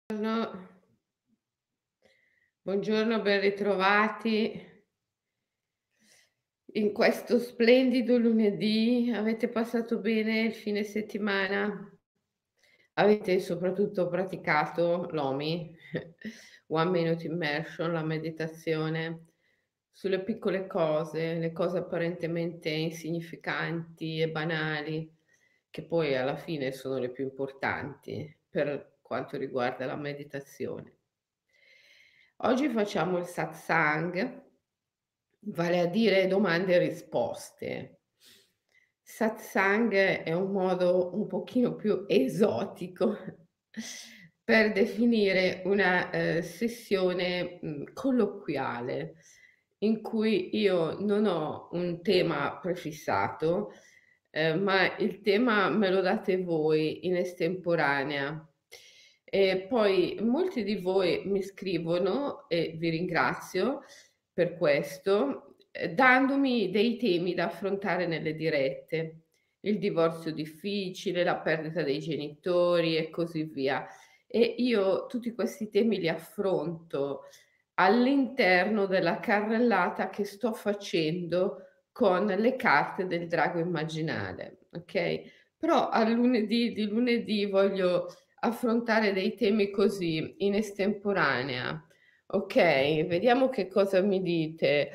Buongiorno, buongiorno, ben ritrovati in questo splendido lunedì. Avete passato bene il fine settimana? Avete soprattutto praticato l'OMI, One Minute Immersion, la meditazione sulle piccole cose, le cose apparentemente insignificanti e banali, che poi alla fine sono le più importanti per quanto riguarda la meditazione. Oggi facciamo il satsang, vale a dire domande e risposte. Satsang è un modo un pochino più esotico per definire una, sessione, colloquiale in cui io non ho un tema prefissato, ma il tema me lo date voi in estemporanea. E poi molti di voi mi scrivono, e vi ringrazio per questo, dandomi dei temi da affrontare nelle dirette. Il divorzio difficile, la perdita dei genitori e così via. E io tutti questi temi li affronto all'interno della carrellata che sto facendo con le carte del drago immaginale, okay, però a lunedì di lunedì voglio affrontare dei temi così in estemporanea. Okay, vediamo che cosa mi dite.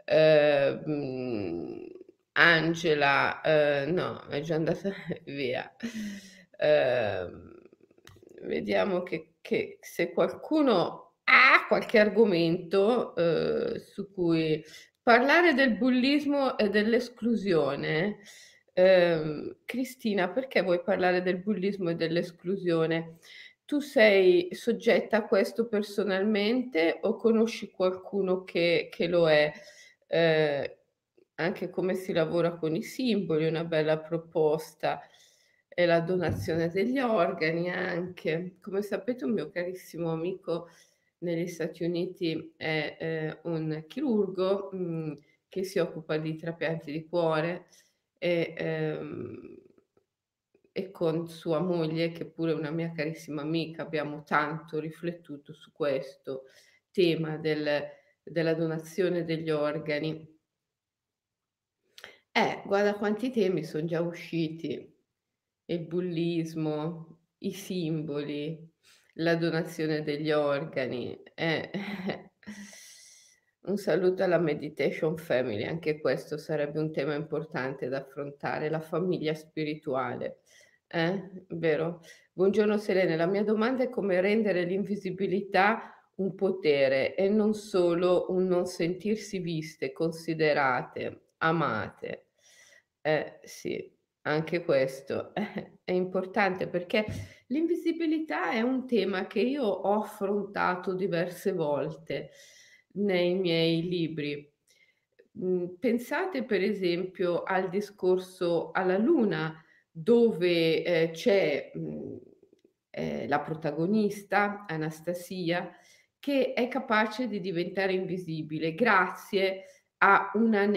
Angela, no, è già andata via. Ehm, Vediamo che se qualcuno ha qualche argomento, su cui parlare del bullismo e dell'esclusione. Cristina, perché vuoi parlare del bullismo e dell'esclusione? Tu sei soggetta a questo personalmente o conosci qualcuno che lo è? Ehm, Anche come si lavora con i simboli, una bella proposta. E la donazione degli organi anche. Come sapete un mio carissimo amico negli Stati Uniti è, un chirurgo, che si occupa di trapianti di cuore e, e con sua moglie, che pure è una mia carissima amica, abbiamo tanto riflettuto su questo tema della donazione degli organi. Guarda quanti temi son già usciti: il bullismo, i simboli, la donazione degli organi. Un saluto alla Meditation Family, anche questo sarebbe un tema importante da affrontare, la famiglia spirituale. Vero? Buongiorno Selene, la mia domanda è come rendere l'invisibilità un potere e non solo un non sentirsi viste, considerate, amate. Sì, anche questo è importante perché l'invisibilità è un tema che io ho affrontato diverse volte nei miei libri. Pensate per esempio al discorso alla Luna dove, c'è, la protagonista, Anastasia, che è capace di diventare invisibile grazie a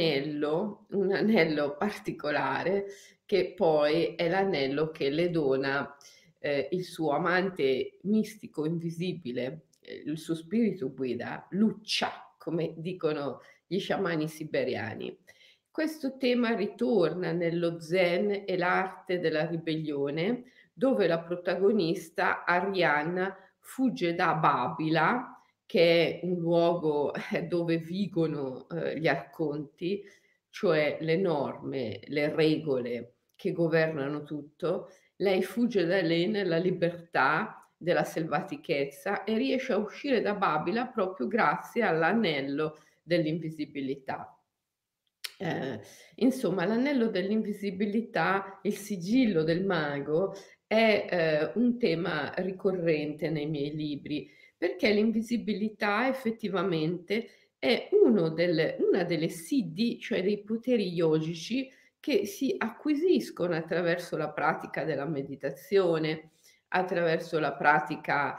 un anello particolare che poi è l'anello che le dona, il suo amante mistico invisibile, il suo spirito guida, Lucia, come dicono gli sciamani siberiani. Questo tema ritorna nello zen e l'arte della ribellione, dove la protagonista Arianna fugge da Babila, che è un luogo dove vigono, gli arconti, cioè le norme, le regole che governano tutto. Lei fugge da lì nella libertà della selvatichezza e riesce a uscire da Babila proprio grazie all'anello dell'invisibilità. Ehm, insomma l'anello dell'invisibilità, il sigillo del mago è, un tema ricorrente nei miei libri, perché l'invisibilità effettivamente è una delle siddhi, cioè dei poteri yogici che si acquisiscono attraverso la pratica della meditazione, attraverso la pratica,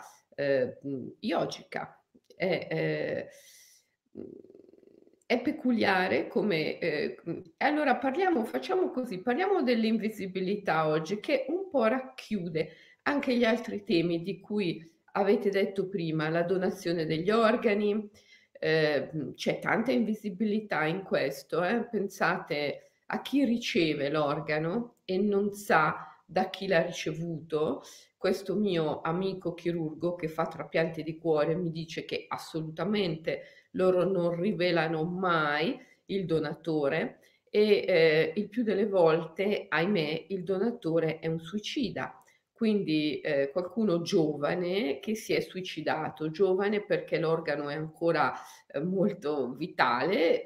yogica. È, mhmm, è peculiare come e allora facciamo così, parliamo dell'invisibilità oggi, che un po' racchiude anche gli altri temi di cui avete detto prima, la donazione degli organi, c'è tanta invisibilità in questo, pensate a chi riceve l'organo e non sa da chi l'ha ricevuto. Questo mio amico chirurgo che fa trapianti di cuore mi dice che assolutamente loro non rivelano mai il donatore e, il più delle volte, ahimè, il donatore è un suicida. Quindi, qualcuno giovane che si è suicidato, giovane perché l'organo è ancora, molto vitale,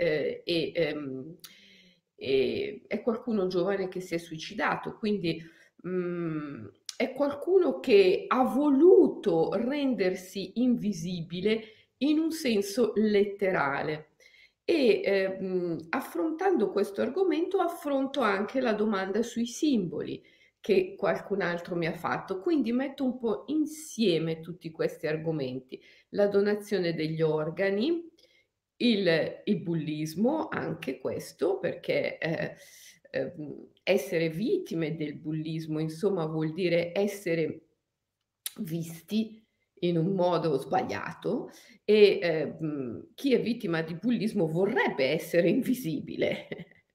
è qualcuno giovane che si è suicidato. Quindi, è qualcuno che ha voluto rendersi invisibile in un senso letterale. E, affrontando questo argomento affronto anche la domanda sui simboli che qualcun altro mi ha fatto. Quindi metto un po' insieme tutti questi argomenti: la donazione degli organi, il bullismo, anche questo, perché, essere vittime del bullismo, insomma, vuol dire essere visti in un modo sbagliato e, chi è vittima di bullismo vorrebbe essere invisibile.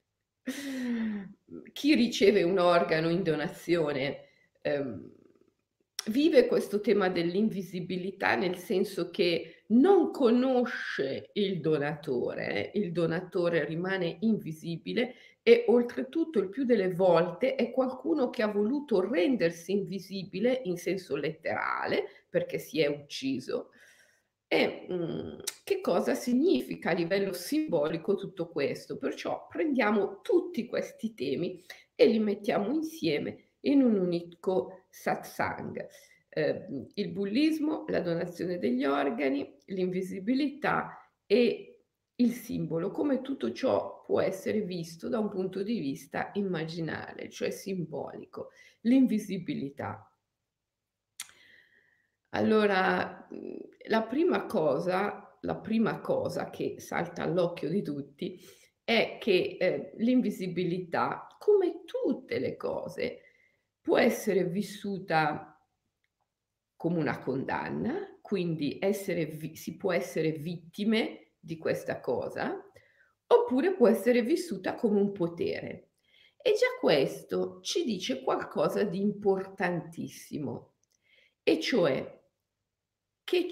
Chi riceve un organo in donazione, ehm, vive questo tema dell'invisibilità, nel senso che non conosce il donatore rimane invisibile e oltretutto il più delle volte è qualcuno che ha voluto rendersi invisibile in senso letterale, perché si è ucciso. E, che cosa significa a livello simbolico tutto questo? Perciò prendiamo tutti questi temi e li mettiamo insieme in un unico satsang. Il bullismo, la donazione degli organi, l'invisibilità e il simbolo, come tutto ciò può essere visto da un punto di vista immaginale, cioè simbolico. L'invisibilità. Allora, la prima cosa che salta all'occhio di tutti è che, l'invisibilità, come tutte le cose, può essere vissuta come una condanna, quindi si può essere vittime di questa cosa, oppure può essere vissuta come un potere. E già questo ci dice qualcosa di importantissimo, e cioè che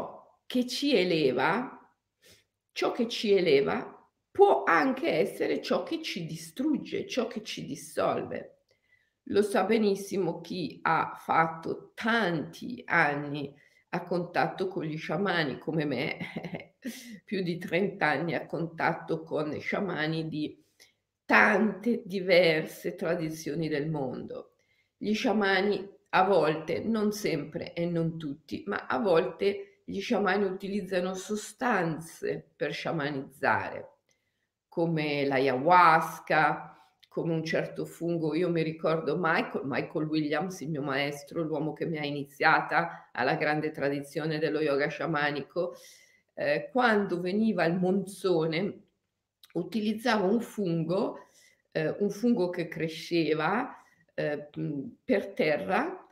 ciò che ci eleva può anche essere ciò che ci distrugge, ciò che ci dissolve. Lo sa benissimo chi ha fatto tanti anni a contatto con gli sciamani come me, più di 30 anni a contatto con sciamani di tante diverse tradizioni del mondo. Gli sciamani a volte, non sempre e non tutti, ma a volte gli sciamani utilizzano sostanze per sciamanizzare, come l'ayahuasca, come un certo fungo. Io mi ricordo Michael Williams, il mio maestro, l'uomo che mi ha iniziata alla grande tradizione dello yoga sciamanico, quando veniva il monsone utilizzava un fungo che cresceva, per terra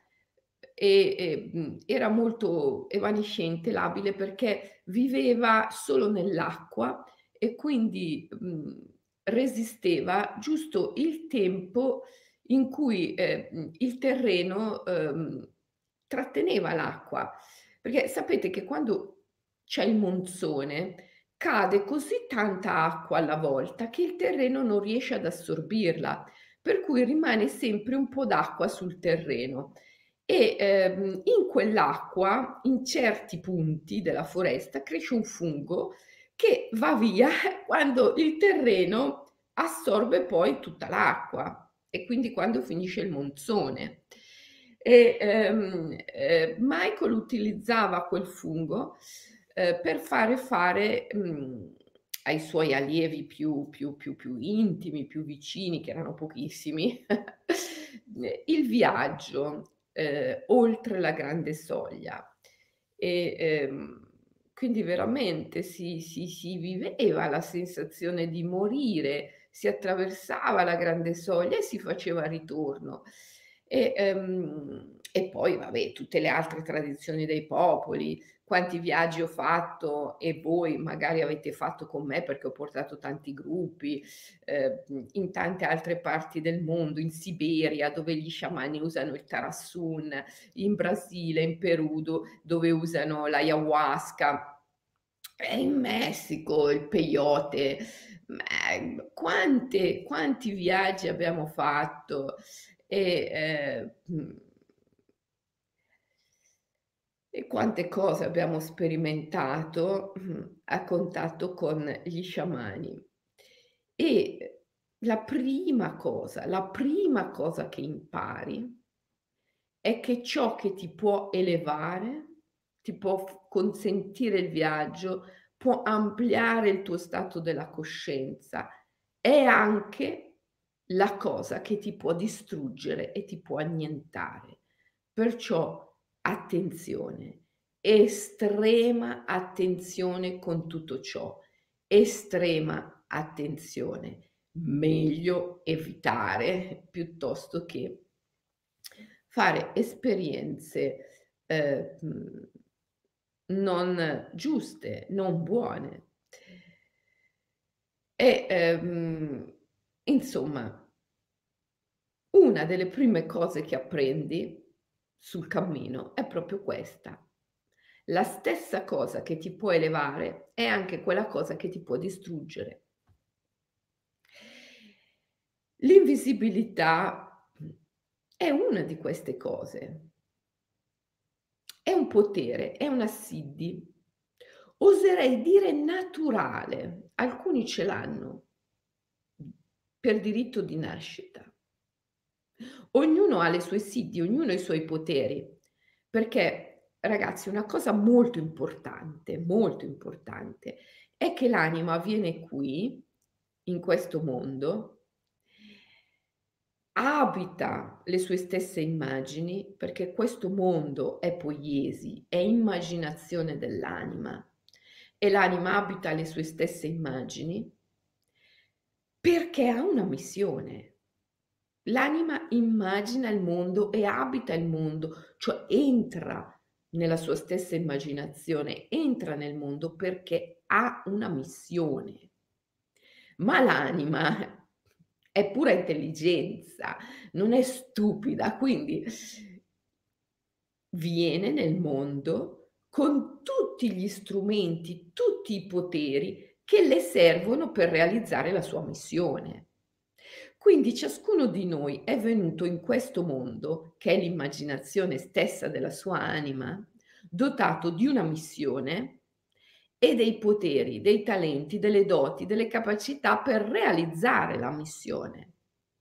era molto evanescente, labile, perché viveva solo nell'acqua e quindi, resisteva giusto il tempo in cui, il terreno, tratteneva l'acqua. Perché sapete che quando c'è il monsone, cade così tanta acqua alla volta che il terreno non riesce ad assorbirla, per cui rimane sempre un po' d'acqua sul terreno e, in quell'acqua, in certi punti della foresta, cresce un fungo che va via quando il terreno assorbe poi tutta l'acqua e quindi quando finisce il monsone. Michael utilizzava quel fungo, per fare, ai suoi allievi più intimi, più vicini, che erano pochissimi, il viaggio, oltre la grande soglia. E, quindi veramente si viveva la sensazione di morire, si attraversava la grande soglia e si faceva ritorno. E poi vabbè, tutte le altre tradizioni dei popoli. Quanti viaggi ho fatto e voi magari avete fatto con me, perché ho portato tanti gruppi, in tante altre parti del mondo, in Siberia dove gli sciamani usano il tarassun, in Brasile, in Perù dove usano l'ayahuasca, e in Messico il peyote. Quanti viaggi abbiamo fatto e, e quante cose abbiamo sperimentato, a contatto con gli sciamani. E la prima cosa che impari è che ciò che ti può elevare, ti può consentire il viaggio, può ampliare il tuo stato della coscienza, è anche la cosa che ti può distruggere e ti può annientare. Perciò attenzione, estrema attenzione con tutto ciò, estrema attenzione. Meglio evitare piuttosto che fare esperienze, non giuste, non buone. E, insomma, una delle prime cose che apprendi sul cammino è proprio questa. La stessa cosa che ti può elevare è anche quella cosa che ti può distruggere. L'invisibilità è una di queste cose. È un potere, è una siddhi, oserei dire naturale. Alcuni ce l'hanno per diritto di nascita. Ognuno ha le sue siddhi, ognuno ha i suoi poteri, perché ragazzi una cosa molto importante, è che l'anima viene qui, in questo mondo, abita le sue stesse immagini, perché questo mondo è poiesi, è immaginazione dell'anima e l'anima abita le sue stesse immagini perché ha una missione. L'anima immagina il mondo e abita il mondo, cioè entra nella sua stessa immaginazione, entra nel mondo perché ha una missione. Ma l'anima è pura intelligenza, non è stupida, quindi viene nel mondo con tutti gli strumenti, tutti i poteri che le servono per realizzare la sua missione. Quindi ciascuno di noi è venuto in questo mondo, che è l'immaginazione stessa della sua anima, dotato di una missione e dei poteri, dei talenti, delle doti, delle capacità per realizzare la missione.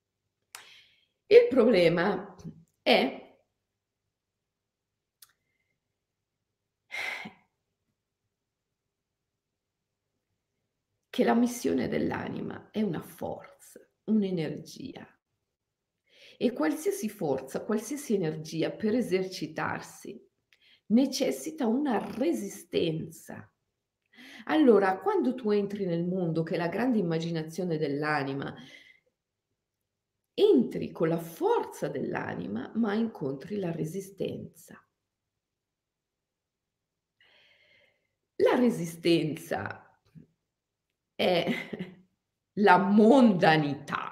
Il problema è che la missione dell'anima è una forza, un'energia e qualsiasi forza, qualsiasi energia per esercitarsi necessita una resistenza. Allora, quando tu entri nel mondo, che è la grande immaginazione dell'anima, entri con la forza dell'anima, ma incontri la resistenza. La resistenza è la mondanità.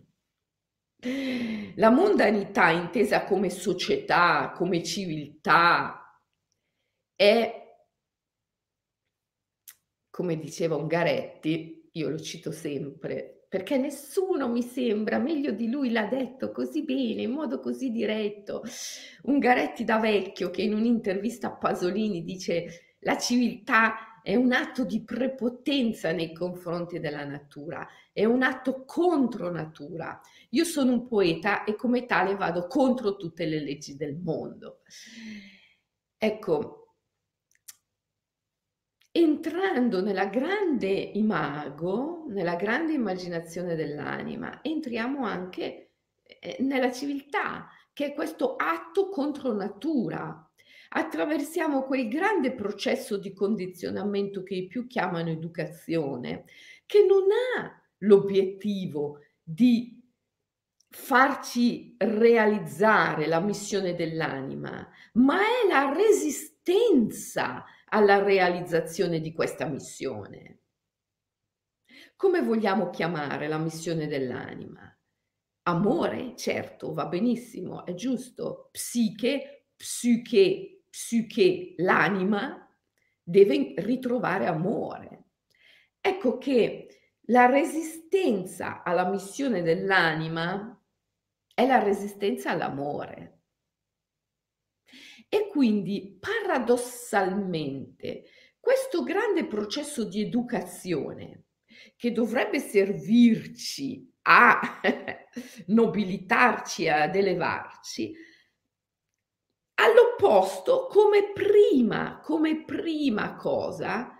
La mondanità intesa come società, come civiltà, è, come diceva Ungaretti, io lo cito sempre, perché nessuno mi sembra meglio di lui l'ha detto così bene, in modo così diretto. Ungaretti da vecchio che in un'intervista a Pasolini dice: "La civiltà è un atto di prepotenza nei confronti della natura, è un atto contro natura. Io sono un poeta e come tale vado contro tutte le leggi del mondo." Ecco, entrando nella grande imago, nella grande immaginazione dell'anima, entriamo anche, nella civiltà, che è questo atto contro natura. Attraversiamo quel grande processo di condizionamento che i più chiamano educazione, che non ha l'obiettivo di farci realizzare la missione dell'anima, ma è la resistenza alla realizzazione di questa missione. Come vogliamo chiamare la missione dell'anima? Amore? Certo, va benissimo, è giusto. Psiche, l'anima deve ritrovare amore. Ecco che la resistenza alla missione dell'anima è la resistenza all'amore. E quindi paradossalmente questo grande processo di educazione che dovrebbe servirci a nobilitarci, ad elevarci, all'opposto come prima cosa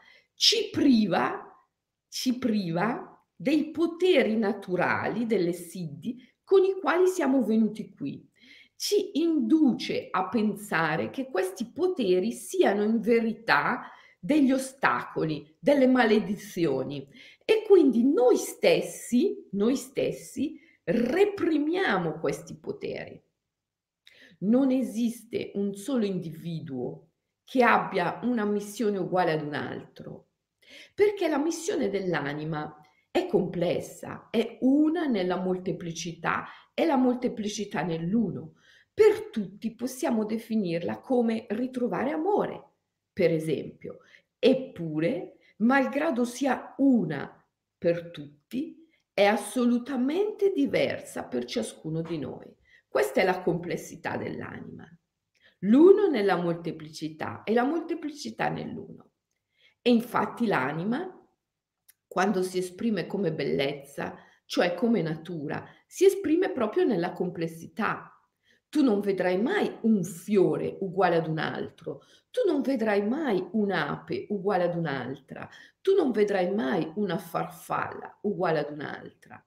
ci priva dei poteri naturali, delle siddhi con i quali siamo venuti qui. Ci induce a pensare che questi poteri siano in verità degli ostacoli, delle maledizioni e quindi noi stessi reprimiamo questi poteri. Non esiste un solo individuo che abbia una missione uguale ad un altro, perché la missione dell'anima è complessa, è una nella molteplicità, è la molteplicità nell'uno. Per tutti possiamo definirla come ritrovare amore, per esempio. Eppure, malgrado sia una per tutti, è assolutamente diversa per ciascuno di noi. Questa è la complessità dell'anima. L'uno nella molteplicità e la molteplicità nell'uno. E infatti l'anima, quando si esprime come bellezza, cioè come natura, si esprime proprio nella complessità. Tu non vedrai mai un fiore uguale ad un altro, tu non vedrai mai un'ape uguale ad un'altra, tu non vedrai mai una farfalla uguale ad un'altra.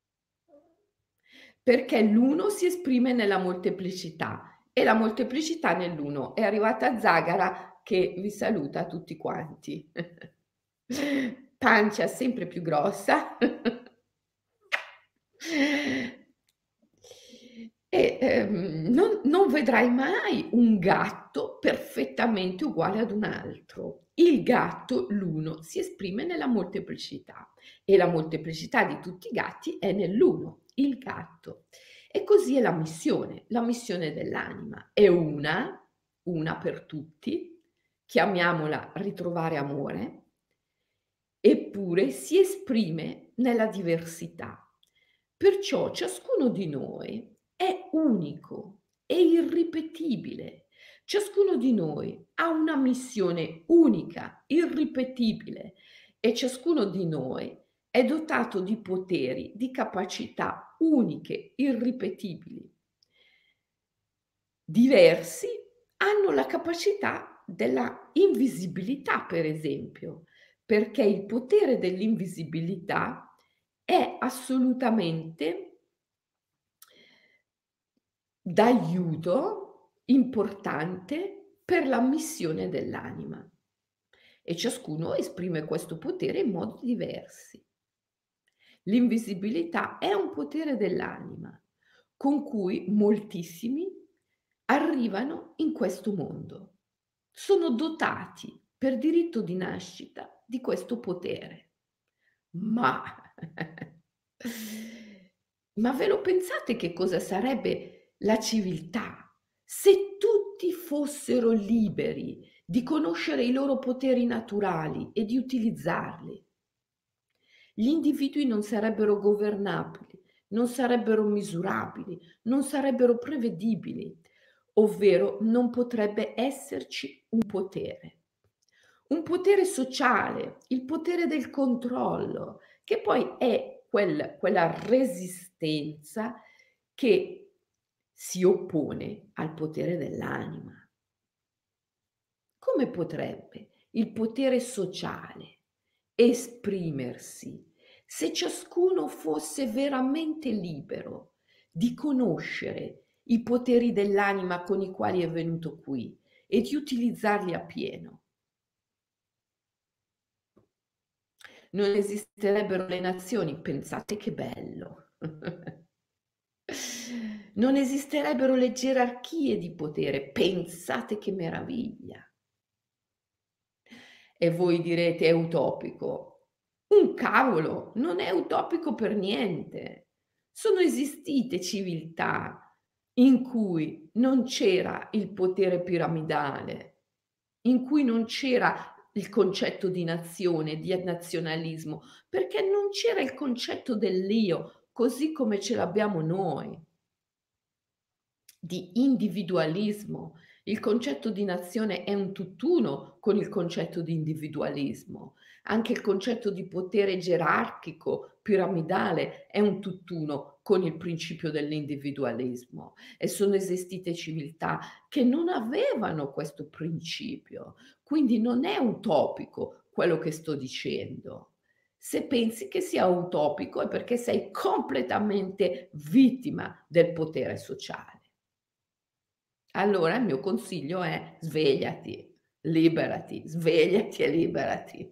Perché l'uno si esprime nella molteplicità e la molteplicità nell'uno. È arrivata Zagara che vi saluta tutti quanti. Pancia sempre più grossa. E non vedrai mai un gatto perfettamente uguale ad un altro. Il gatto, l'uno, si esprime nella molteplicità e la molteplicità di tutti i gatti è nell'uno, il gatto. E così è la missione dell'anima. È una per tutti, chiamiamola ritrovare amore, eppure si esprime nella diversità. Perciò ciascuno di noi è unico, è irripetibile. Ciascuno di noi ha una missione unica, irripetibile e ciascuno di noi è dotato di poteri, di capacità uniche, irripetibili. Diversi hanno la capacità della invisibilità, per esempio, perché il potere dell'invisibilità è assolutamente d'aiuto importante per la missione dell'anima e ciascuno esprime questo potere in modi diversi. L'invisibilità è un potere dell'anima con cui moltissimi arrivano in questo mondo. Sono dotati per diritto di nascita di questo potere. Ma ma ve lo pensate che cosa sarebbe la civiltà se tutti fossero liberi di conoscere i loro poteri naturali e di utilizzarli? Gli individui non sarebbero governabili, non sarebbero misurabili, non sarebbero prevedibili, ovvero non potrebbe esserci un potere sociale, il potere del controllo, che poi è quella resistenza che si oppone al potere dell'anima. Come potrebbe il potere sociale esprimersi se ciascuno fosse veramente libero di conoscere i poteri dell'anima con i quali è venuto qui e di utilizzarli appieno? Non esisterebbero le nazioni, pensate che bello. Non esisterebbero le gerarchie di potere. Pensate che meraviglia. E voi direte: "È utopico". Un cavolo, non è utopico per niente. Sono esistite civiltà in cui non c'era il potere piramidale, in cui non c'era il concetto di nazione, di nazionalismo, perché non c'era il concetto dell'io, così come ce l'abbiamo noi, di individualismo. Il concetto di nazione è un tutt'uno con il concetto di individualismo. Anche il concetto di potere gerarchico, piramidale, è un tutt'uno con il principio dell'individualismo. E sono esistite civiltà che non avevano questo principio. Quindi non è utopico quello che sto dicendo. Se pensi che sia utopico è perché sei completamente vittima del potere sociale. Allora il mio consiglio è: svegliati, liberati, svegliati e liberati.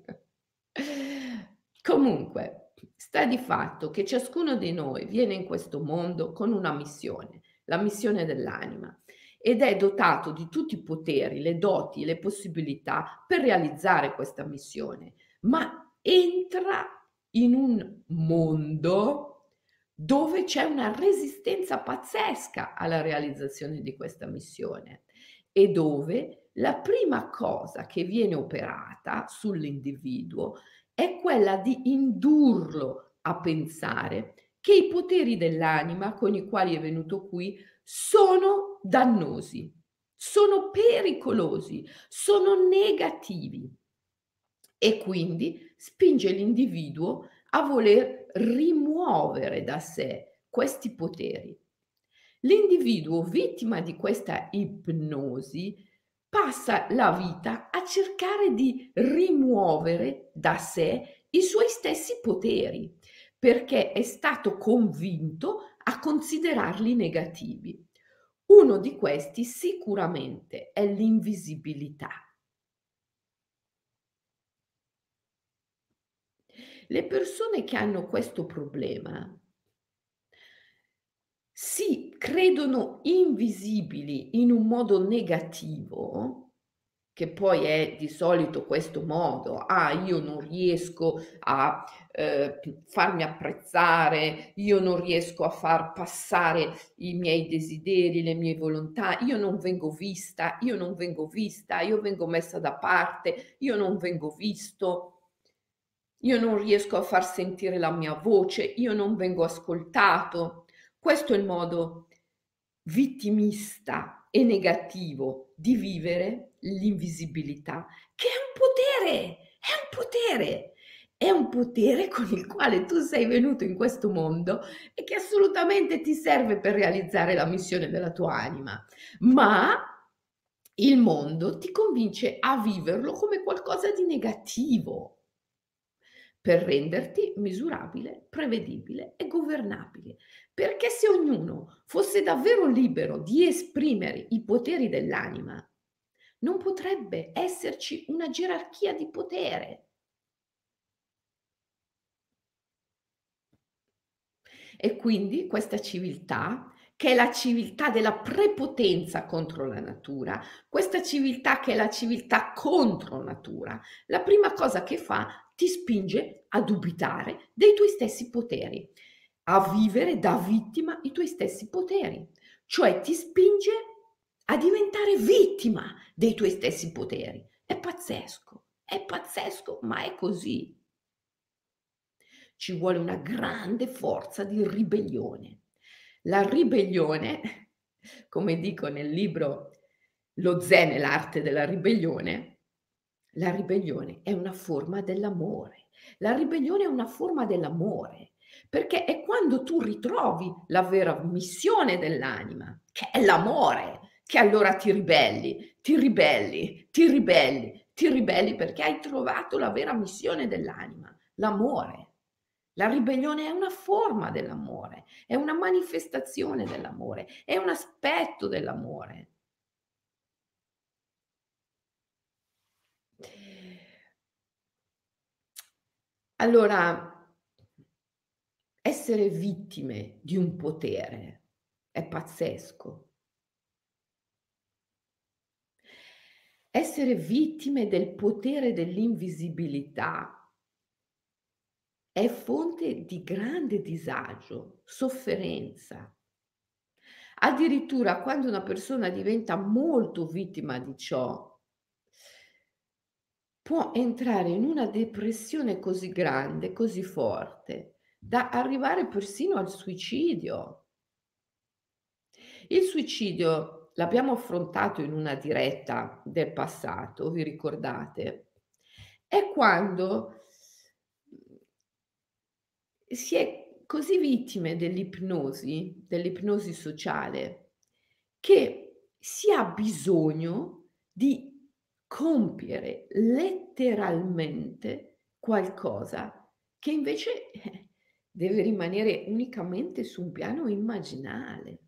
Comunque, sta di fatto che ciascuno di noi viene in questo mondo con una missione, la missione dell'anima, ed è dotato di tutti i poteri, le doti, le possibilità per realizzare questa missione, ma entra in un mondo dove c'è una resistenza pazzesca alla realizzazione di questa missione e dove la prima cosa che viene operata sull'individuo è quella di indurlo a pensare che i poteri dell'anima con i quali è venuto qui sono dannosi, sono pericolosi, sono negativi e quindi spinge l'individuo a voler rimuovere da sé questi poteri. L'individuo vittima di questa ipnosi passa la vita a cercare di rimuovere da sé i suoi stessi poteri, perché è stato convinto a considerarli negativi. Uno di questi sicuramente è l'invisibilità. Le persone che hanno questo problema si credono invisibili in un modo negativo, che poi è di solito questo modo: "Ah, io non riesco a, farmi apprezzare, io non riesco a far passare i miei desideri, le mie volontà, io non vengo vista, io non vengo vista, io vengo messa da parte, io non vengo visto". Io non riesco a far sentire la mia voce, io non vengo ascoltato. Questo è il modo vittimista e negativo di vivere l'invisibilità, che è un potere, è un potere. È un potere con il quale tu sei venuto in questo mondo e che assolutamente ti serve per realizzare la missione della tua anima, ma il mondo ti convince a viverlo come qualcosa di negativo per renderti misurabile, prevedibile e governabile. Perché se ognuno fosse davvero libero di esprimere i poteri dell'anima, non potrebbe esserci una gerarchia di potere. E quindi questa civiltà, che è la civiltà della prepotenza contro la natura, questa civiltà che è la civiltà contro natura, la prima cosa che fa ti spinge a dubitare dei tuoi stessi poteri, a vivere da vittima i tuoi stessi poteri, cioè ti spinge a diventare vittima dei tuoi stessi poteri. È pazzesco, ma è così. Ci vuole una grande forza di ribellione. La ribellione, come dico nel libro Lo zen e l'arte della ribellione, la ribellione è una forma dell'amore. La ribellione è una forma dell'amore, perché è quando tu ritrovi la vera missione dell'anima, che è l'amore, che allora ti ribelli, ti ribelli, ti ribelli, ti ribelli perché hai trovato la vera missione dell'anima, l'amore. La ribellione è una forma dell'amore, è una manifestazione dell'amore, è un aspetto dell'amore. Allora, essere vittime di un potere. È pazzesco. Essere vittime del potere dell'invisibilità è fonte di grande disagio, sofferenza. Addirittura quando una persona diventa molto vittima di ciò, può entrare in una depressione così grande, così forte, da arrivare persino al suicidio. Il suicidio l'abbiamo affrontato in una diretta del passato, vi ricordate? È quando, si è così vittime dell'ipnosi sociale, che si ha bisogno di compiere letteralmente qualcosa che invece, deve rimanere unicamente su un piano immaginale.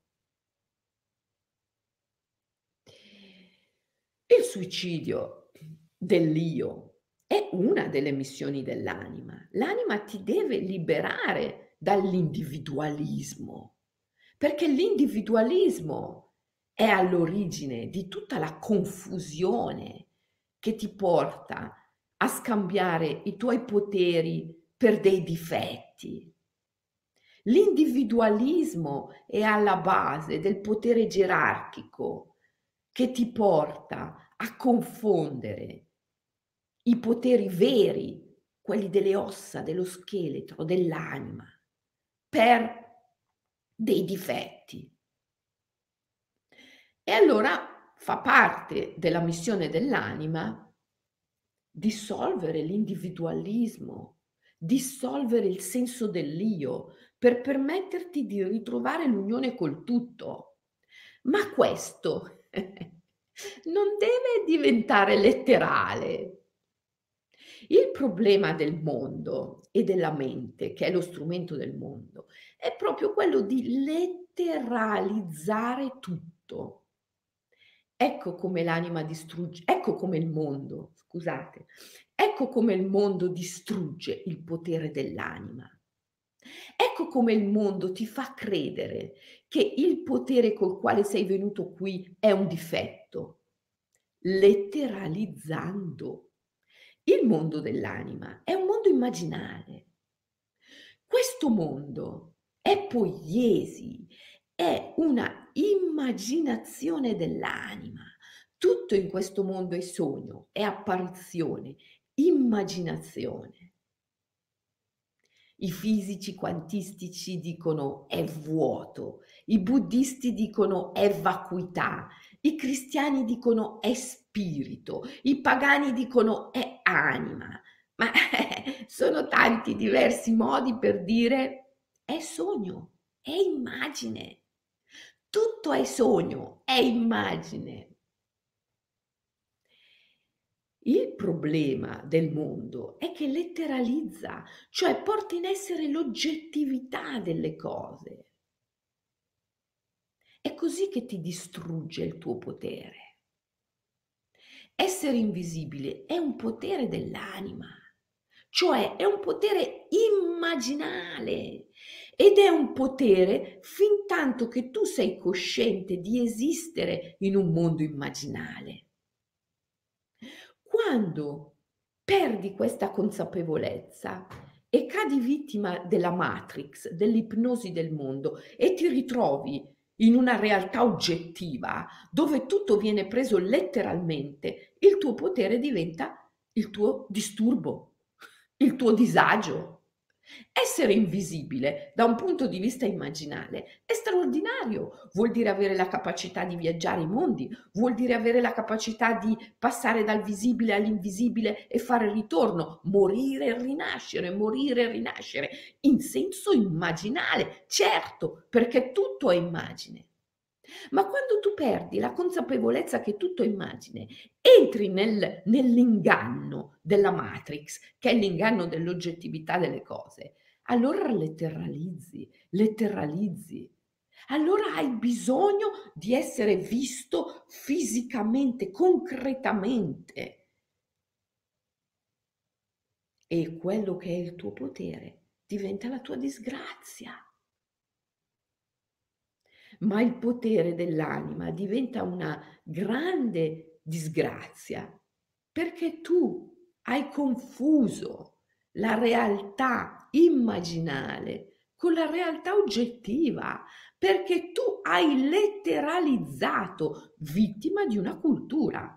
Il suicidio dell'io è una delle missioni dell'anima. L'anima ti deve liberare dall'individualismo, perché l'individualismo è all'origine di tutta la confusione che ti porta a scambiare i tuoi poteri per dei difetti. L'individualismo è alla base del potere gerarchico che ti porta a confondere i poteri veri, quelli delle ossa, dello scheletro, dell'anima, per dei difetti. E allora fa parte della missione dell'anima dissolvere l'individualismo, dissolvere il senso dell'io, per permetterti di ritrovare l'unione col tutto. Ma questo non deve diventare letterale. Il problema del mondo e della mente, che è lo strumento del mondo, è proprio quello di letteralizzare tutto. Ecco come il mondo, scusate, ecco come il mondo distrugge il potere dell'anima. Ecco come il mondo ti fa credere che il potere col quale sei venuto qui è un difetto, letteralizzando. Il mondo dell'anima è un mondo immaginale. Questo mondo è poiesi, è una immaginazione dell'anima. Tutto in questo mondo è sogno, è apparizione, immaginazione. I fisici quantistici dicono è vuoto, i buddisti dicono è vacuità, i cristiani dicono è spirito, i pagani dicono è anima, ma sono tanti diversi modi per dire è sogno, è immagine. Tutto è sogno, è immagine. Il problema del mondo è che letteralizza, cioè porta in essere l'oggettività delle cose. È così che ti distrugge il tuo potere. Essere invisibile è un potere dell'anima, cioè è un potere immaginale ed è un potere fintanto che tu sei cosciente di esistere in un mondo immaginale. Quando perdi questa consapevolezza e cadi vittima della matrix, dell'ipnosi del mondo e ti ritrovi in una realtà oggettiva dove tutto viene preso letteralmente, il tuo potere diventa il tuo disturbo, il tuo disagio. Essere invisibile da un punto di vista immaginale è straordinario, vuol dire avere la capacità di viaggiare i mondi, vuol dire avere la capacità di passare dal visibile all'invisibile e fare il ritorno, morire e rinascere, in senso immaginale, certo, perché tutto è immagine. Ma quando tu perdi la consapevolezza che tutto è immagine, entri nell'inganno della matrix, che è l'inganno dell'oggettività delle cose, allora letteralizzi. Allora hai bisogno di essere visto fisicamente, concretamente. E quello che è il tuo potere diventa la tua disgrazia. ma il potere dell'anima diventa una grande disgrazia, perché tu hai confuso la realtà immaginale con la realtà oggettiva, perché tu hai letteralizzato, vittima di una cultura,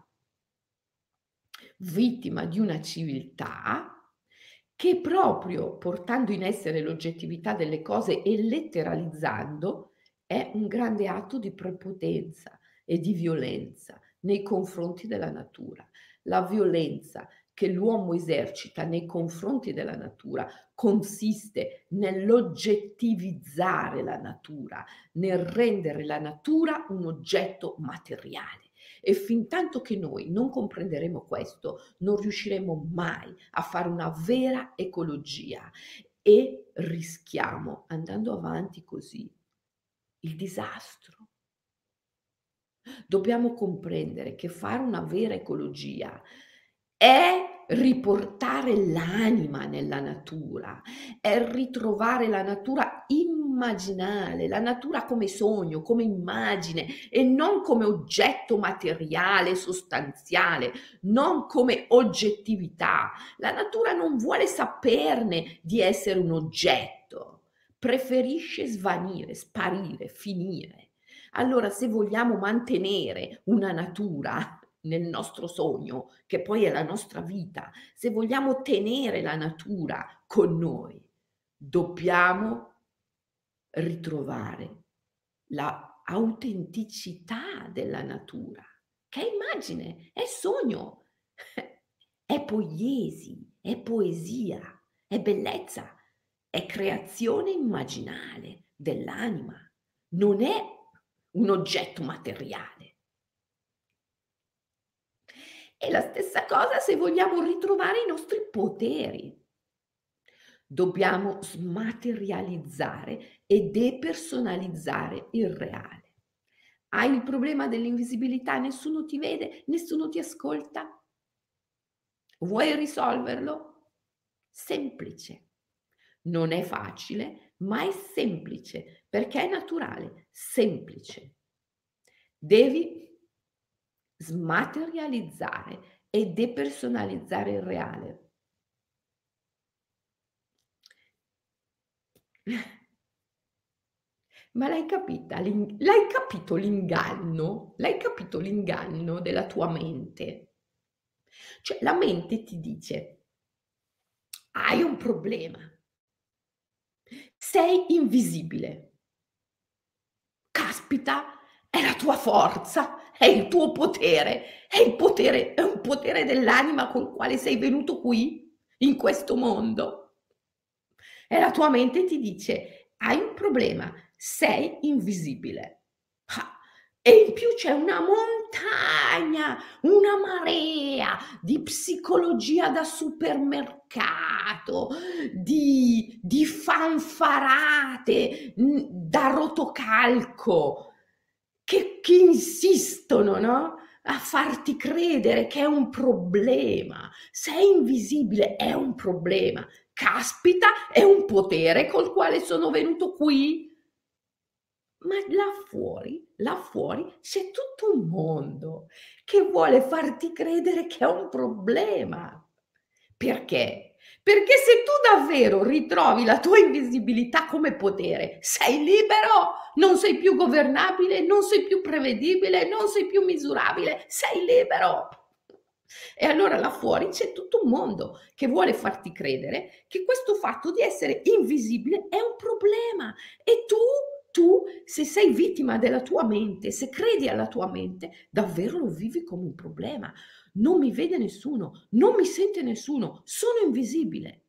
vittima di una civiltà che proprio portando in essere l'oggettività delle cose e letteralizzando è un grande atto di prepotenza e di violenza nei confronti della natura. La violenza che l'uomo esercita nei confronti della natura consiste nell'oggettivizzare la natura, nel rendere la natura un oggetto materiale. E fintanto che noi non comprenderemo questo, non riusciremo mai a fare una vera ecologia e rischiamo, andando avanti così, il disastro. Dobbiamo comprendere che fare una vera ecologia è riportare l'anima nella natura, è ritrovare la natura immaginale, la natura come sogno, come immagine e non come oggetto materiale, sostanziale, non come oggettività. La natura non vuole saperne di essere un oggetto, preferisce svanire, sparire, finire. Allora, se vogliamo mantenere una natura nel nostro sogno, che poi è la nostra vita, se vogliamo tenere la natura con noi, dobbiamo ritrovare la autenticità della natura, che è immagine, è sogno, è poiesi, è poesia, è bellezza, è creazione immaginale dell'anima, non è un oggetto materiale. E la stessa cosa se vogliamo ritrovare i nostri poteri. Dobbiamo smaterializzare e depersonalizzare il reale. Hai il problema dell'invisibilità, nessuno ti vede, nessuno ti ascolta? Vuoi risolverlo? Semplice. Non è facile, ma è semplice, perché è naturale, semplice. Devi smaterializzare e depersonalizzare il reale. Ma l'hai capita l'hai capito l'inganno? L'hai capito l'inganno della tua mente? Cioè la mente ti dice: "Hai un problema, sei invisibile". Caspita, è la tua forza, è il tuo potere, è un potere dell'anima col quale sei venuto qui, in questo mondo. E la tua mente ti dice: "Hai un problema, sei invisibile". Ah, e in più c'è una montagna, una marea di psicologia da supermercato, di fanfarate, da rotocalco, che insistono, no, a farti credere che è un problema. Sei invisibile, è un problema. Caspita, è un potere col quale sono venuto qui. Ma là fuori c'è tutto un mondo che vuole farti credere che è un problema. Perché? Perché se tu davvero ritrovi la tua invisibilità come potere, sei libero, non sei più governabile, non sei più prevedibile, non sei più misurabile, sei libero. E allora là fuori c'è tutto un mondo che vuole farti credere che questo fatto di essere invisibile è un problema e tu se sei vittima della tua mente, se credi alla tua mente, davvero lo vivi come un problema. Non mi vede nessuno, non mi sente nessuno, sono invisibile.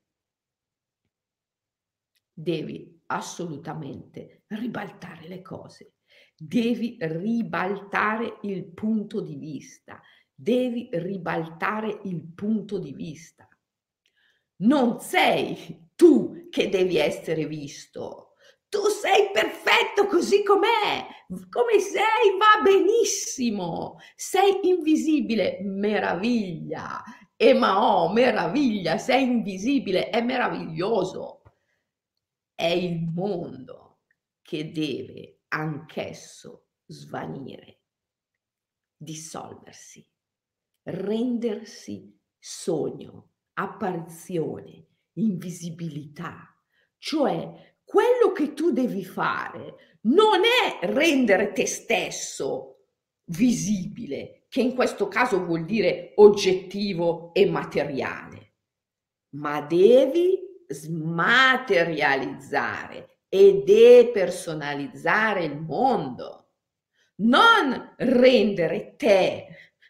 Devi assolutamente ribaltare le cose, devi ribaltare il punto di vista, devi ribaltare il punto di vista. Non sei tu che devi essere visto, tu sei perfetto così com'è, come sei va benissimo, sei invisibile, meraviglia, Emao, meraviglia, sei invisibile, è meraviglioso. È il mondo che deve anch'esso svanire, dissolversi, rendersi sogno, apparizione, invisibilità. Cioè, quello che tu devi fare non è rendere te stesso visibile, che in questo caso vuol dire oggettivo e materiale, ma devi smaterializzare e depersonalizzare il mondo, non rendere te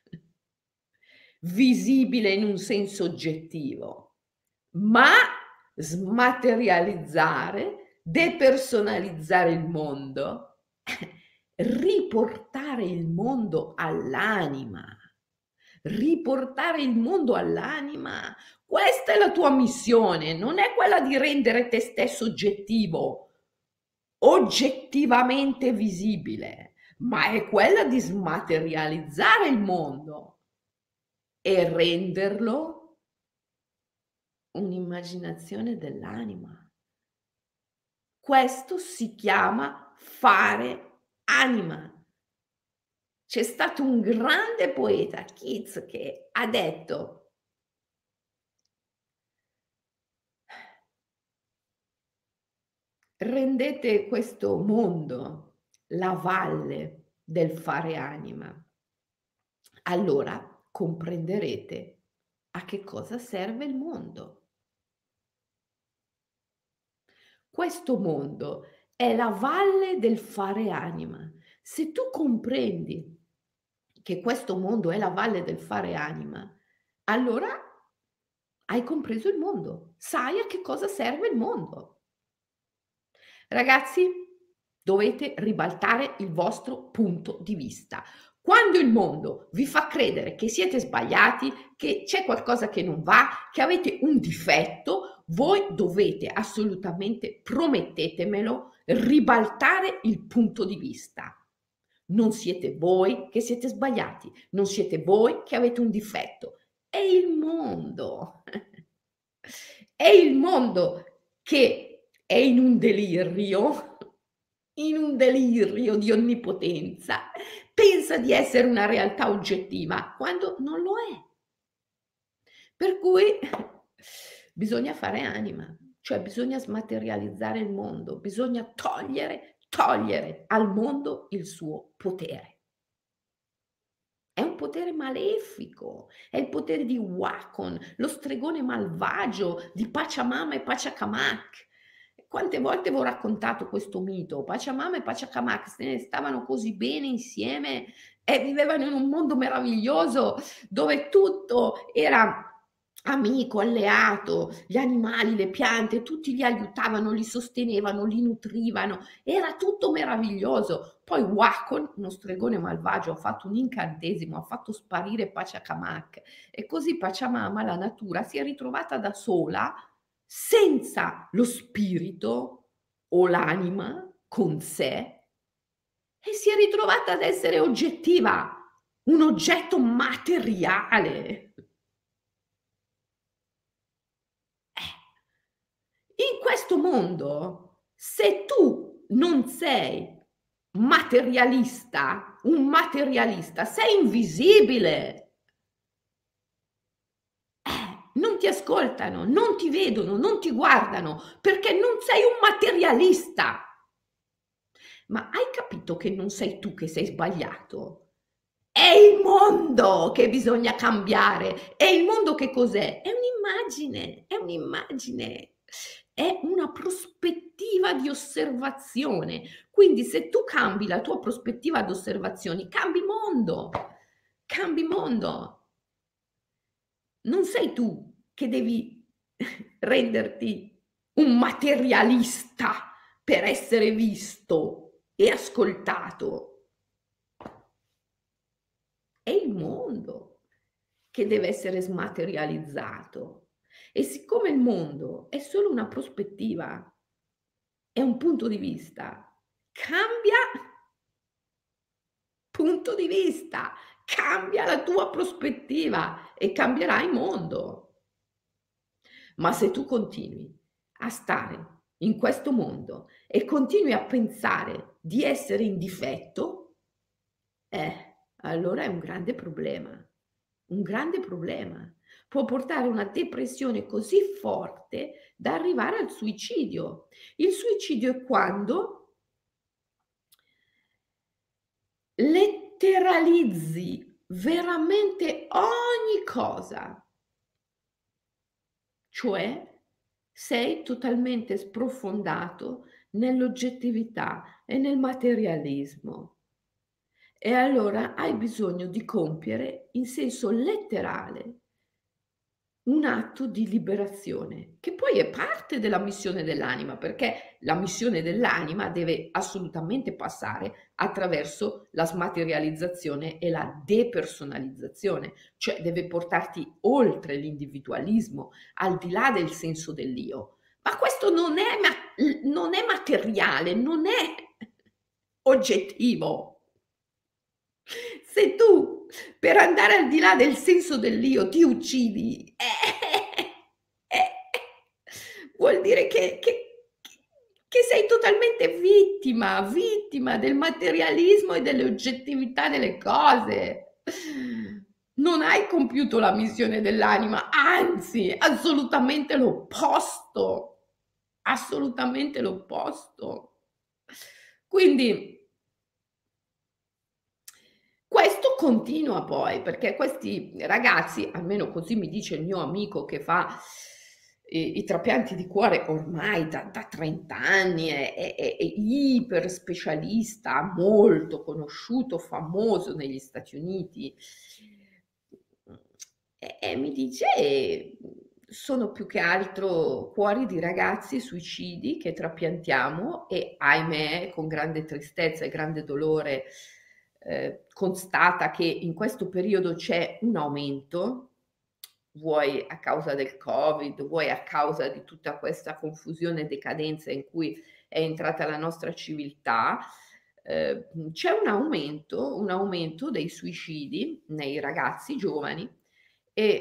visibile in un senso oggettivo, ma smaterializzare, depersonalizzare il mondo, riportare il mondo all'anima. Riportare il mondo all'anima. Questa è la tua missione, non è quella di rendere te stesso oggettivo, oggettivamente visibile, ma è quella di smaterializzare il mondo e renderlo un'immaginazione dell'anima. Questo si chiama fare anima. C'è stato un grande poeta, Keats, che ha detto: rendete questo mondo la valle del fare anima, allora comprenderete a che cosa serve il mondo. Questo mondo è la valle del fare anima. Se tu comprendi che questo mondo è la valle del fare anima, allora hai compreso il mondo, sai a che cosa serve il mondo. Ragazzi, dovete ribaltare il vostro punto di vista. Quando il mondo vi fa credere che siete sbagliati, che c'è qualcosa che non va, che avete un difetto, voi dovete assolutamente, promettetemelo, ribaltare il punto di vista. Non siete voi che siete sbagliati, non siete voi che avete un difetto, è il mondo. È il mondo che è in un delirio di onnipotenza, pensa di essere una realtà oggettiva quando non lo è. Per cui bisogna fare anima, cioè bisogna smaterializzare il mondo, bisogna togliere al mondo il suo potere. È un potere malefico, è il potere di Wacom, lo stregone malvagio di Pachamama e Pachacamac. Quante volte vi ho raccontato questo mito? Pachamama e Pachacamac se ne stavano così bene insieme e vivevano in un mondo meraviglioso dove tutto era amico, alleato, gli animali, le piante, tutti li aiutavano, li sostenevano, li nutrivano, era tutto meraviglioso. Poi Wacom, uno stregone malvagio, ha fatto un incantesimo, ha fatto sparire Pachacamac e così Pachamama, la natura, si è ritrovata da sola, senza lo spirito o l'anima con sé e si è ritrovata ad essere oggettiva, un oggetto materiale. In questo mondo, se tu non sei materialista, un materialista, sei invisibile. Non ti ascoltano, non ti vedono, non ti guardano, perché non sei un materialista. Ma hai capito che non sei tu che sei sbagliato? È il mondo che bisogna cambiare. E il mondo che cos'è? È un'immagine, è un'immagine, è una prospettiva di osservazione. Quindi se tu cambi la tua prospettiva di osservazione, cambi mondo, cambi mondo. Non sei tu che devi renderti un materialista per essere visto e ascoltato. È il mondo che deve essere smaterializzato. E siccome il mondo è solo una prospettiva, è un punto di vista, cambia punto di vista, cambia la tua prospettiva e cambierai il mondo. Ma se tu continui a stare in questo mondo e continui a pensare di essere in difetto, allora è un grande problema, un grande problema. Può portare a una depressione così forte da arrivare al suicidio. Il suicidio è quando letteralizzi veramente ogni cosa, cioè sei totalmente sprofondato nell'oggettività e nel materialismo. E allora hai bisogno di compiere, in senso letterale, un atto di liberazione, che poi è parte della missione dell'anima, perché la missione dell'anima deve assolutamente passare attraverso la smaterializzazione e la depersonalizzazione, cioè deve portarti oltre l'individualismo, al di là del senso dell'io. Ma questo non è materiale, non è oggettivo. Se tu per andare al di là del senso dell'io ti uccidi, vuol dire che sei totalmente vittima del materialismo e delle oggettività delle cose. Non hai compiuto la missione dell'anima, anzi, assolutamente l'opposto. Quindi questo continua poi, perché questi ragazzi, almeno così mi dice il mio amico che fa i trapianti di cuore ormai da 30 anni, è iper specialista, molto conosciuto, famoso negli Stati Uniti, e mi dice: "Sono più che altro cuori di ragazzi suicidi che trapiantiamo e, ahimè, con grande tristezza e grande dolore, constata che in questo periodo c'è un aumento, vuoi a causa del Covid, vuoi a causa di tutta questa confusione e decadenza in cui è entrata la nostra civiltà, c'è un aumento dei suicidi nei ragazzi giovani e,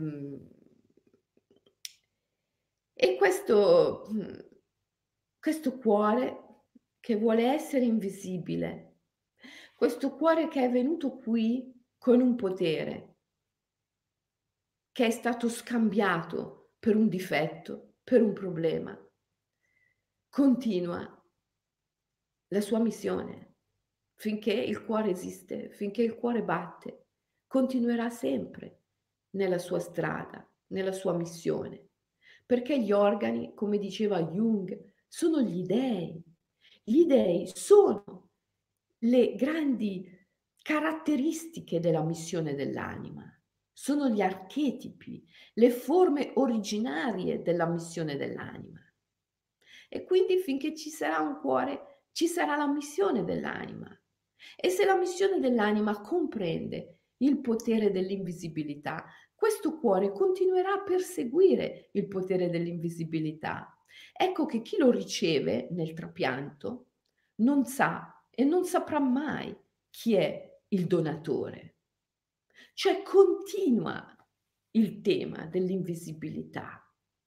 questo cuore che vuole essere invisibile, questo cuore che è venuto qui con un potere, che è stato scambiato per un difetto, per un problema, continua la sua missione. Finché il cuore esiste, finché il cuore batte, continuerà sempre nella sua strada, nella sua missione, perché gli organi, come diceva Jung, sono gli dèi. Gli dèi sono le grandi caratteristiche della missione dell'anima, sono gli archetipi, le forme originarie della missione dell'anima. E quindi finché ci sarà un cuore, ci sarà la missione dell'anima. E se la missione dell'anima comprende il potere dell'invisibilità, questo cuore continuerà a perseguire il potere dell'invisibilità. Ecco che chi lo riceve nel trapianto non sa e non saprà mai chi è il donatore. Cioè continua il tema dell'invisibilità.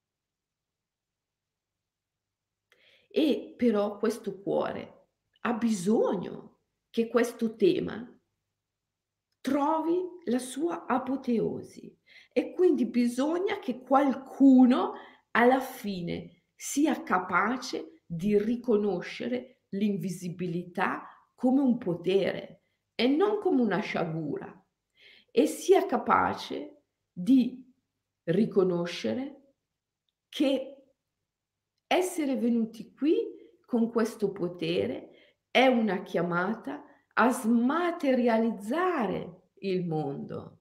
E però questo cuore ha bisogno che questo tema trovi la sua apoteosi e quindi bisogna che qualcuno alla fine sia capace di riconoscere l'invisibilità come un potere e non come una sciagura e sia capace di riconoscere che essere venuti qui con questo potere è una chiamata a smaterializzare il mondo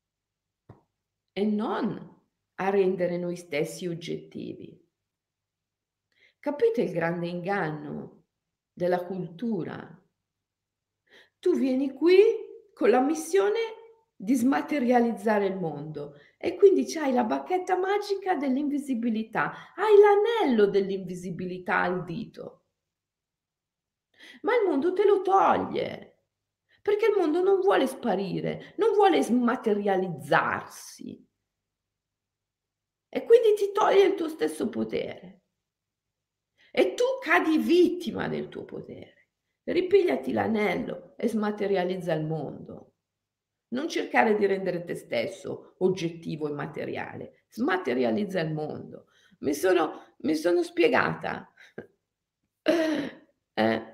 e non a rendere noi stessi oggettivi. Capite il grande inganno della cultura? Tu vieni qui con la missione di smaterializzare il mondo e quindi c'hai la bacchetta magica dell'invisibilità, hai l'anello dell'invisibilità al dito, ma il mondo te lo toglie, perché il mondo non vuole sparire, non vuole smaterializzarsi e quindi ti toglie il tuo stesso potere e tu cadi vittima del tuo potere. Ripigliati l'anello e smaterializza il mondo. Non cercare di rendere te stesso oggettivo e materiale, smaterializza il mondo. Mi sono spiegata? Eh.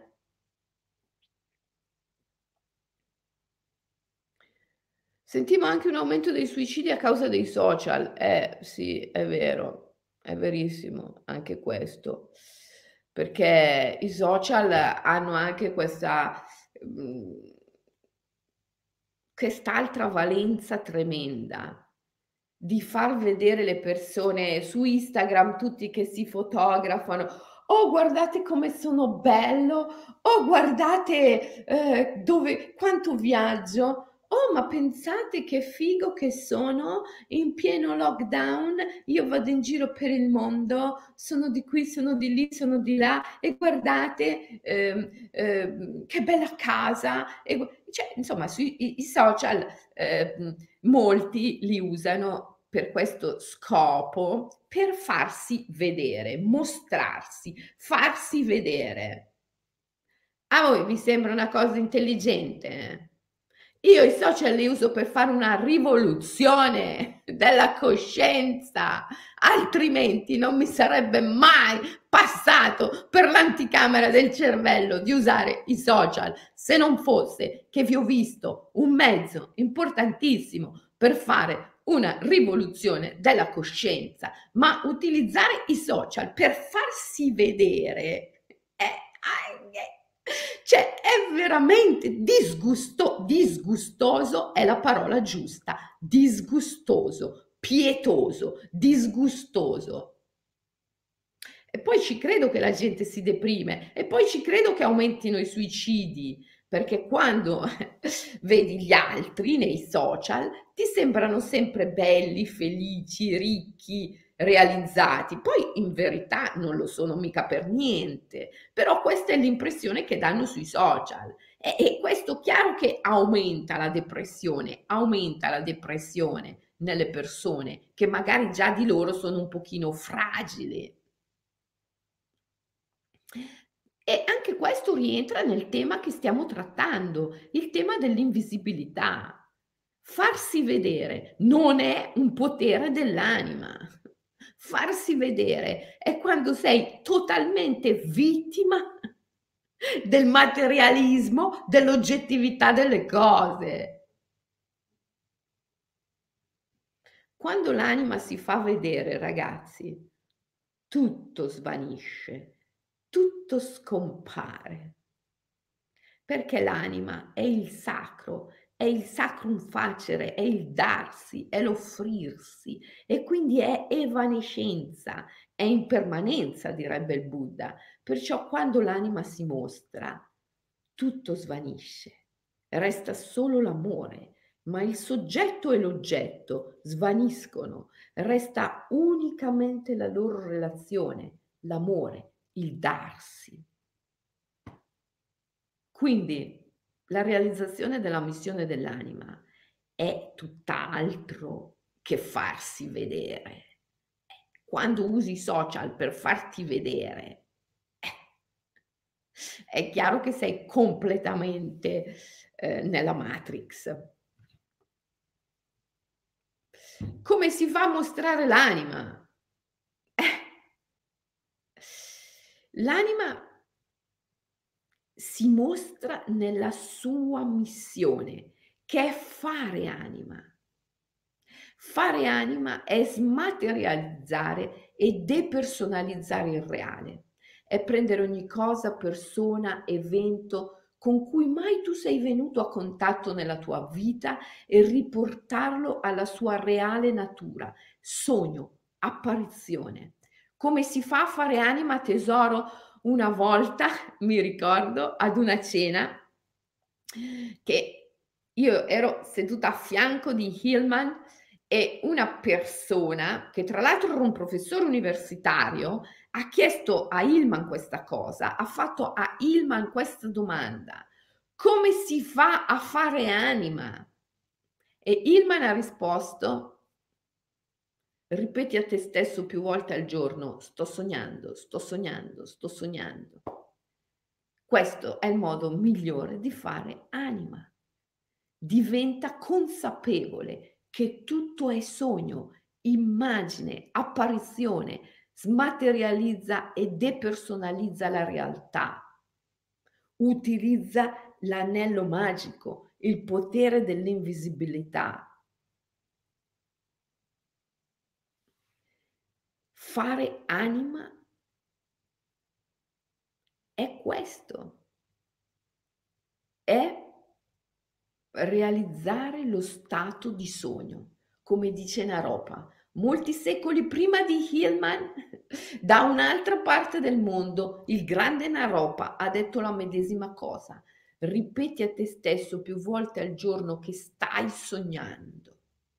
Sentivo anche un aumento dei suicidi a causa dei social. Sì, è vero, è verissimo anche questo, perché i social hanno anche mhmm, quest'altra valenza tremenda. Di far vedere le persone su Instagram tutti che si fotografano: "Oh guardate come sono bello, oh guardate, dove quanto viaggio, oh ma pensate che figo che sono, in pieno lockdown io vado in giro per il mondo, sono di qui, sono di lì, sono di là e guardate, che bella casa", e cioè insomma sui i social, molti li usano per questo scopo, per farsi vedere, mostrarsi, farsi vedere. A voi vi sembra una cosa intelligente? Io i social li uso per fare una rivoluzione della coscienza, altrimenti non mi sarebbe mai passato per l'anticamera del cervello di usare i social, se non fosse che vi ho visto un mezzo importantissimo per fare una rivoluzione della coscienza, ma utilizzare i social per farsi vedere cioè è veramente disgustoso è la parola giusta, disgustoso, pietoso, disgustoso. E poi ci credo che la gente si deprime e poi ci credo che aumentino i suicidi, perché quando vedi gli altri nei social ti sembrano sempre belli, felici, ricchi, realizzati. Poi in verità non lo sono mica per niente, però questa è l'impressione che danno sui social. E questo chiaro che aumenta la depressione nelle persone che magari già di loro sono un pochino fragili. E anche questo rientra nel tema che stiamo trattando, il tema dell'invisibilità. Farsi vedere non è un potere dell'anima. Farsi vedere è quando sei totalmente vittima del materialismo, dell'oggettività delle cose. Quando l'anima si fa vedere, ragazzi, tutto svanisce, tutto scompare. Perché l'anima è il sacrum facere, è il darsi, è l'offrirsi e quindi è evanescenza, è impermanenza, direbbe il Buddha. Perciò quando l'anima si mostra, tutto svanisce, resta solo l'amore, ma il soggetto e l'oggetto svaniscono, resta unicamente la loro relazione, l'amore, il darsi. Quindi la realizzazione della missione dell'anima è tutt'altro che farsi vedere. Quando usi i social per farti vedere, è chiaro che sei completamente, nella Matrix. Come si fa a mostrare l'anima? L'anima si mostra nella sua missione, che è fare anima. Fare anima è smaterializzare e depersonalizzare il reale, è prendere ogni cosa, persona, evento con cui mai tu sei venuto a contatto nella tua vita e riportarlo alla sua reale natura, sogno, apparizione. Come si fa a fare anima, tesoro? Una volta mi ricordo ad una cena che io ero seduta a fianco di Hillman e una persona, che tra l'altro era un professore universitario, ha chiesto a Hillman questa cosa, ha fatto a Hillman questa domanda: "Come si fa a fare anima?" E Hillman ha risposto: "Ripeti a te stesso più volte al giorno: sto sognando, sto sognando, sto sognando." Questo è il modo migliore di fare anima. Diventa consapevole che tutto è sogno, immagine, apparizione, smaterializza e depersonalizza la realtà. Utilizza l'anello magico, il potere dell'invisibilità. Fare anima è questo, è realizzare lo stato di sogno. Come dice Naropa, molti secoli prima di Hillman, da un'altra parte del mondo, il grande Naropa ha detto la medesima cosa. Ripeti a te stesso più volte al giorno che stai sognando.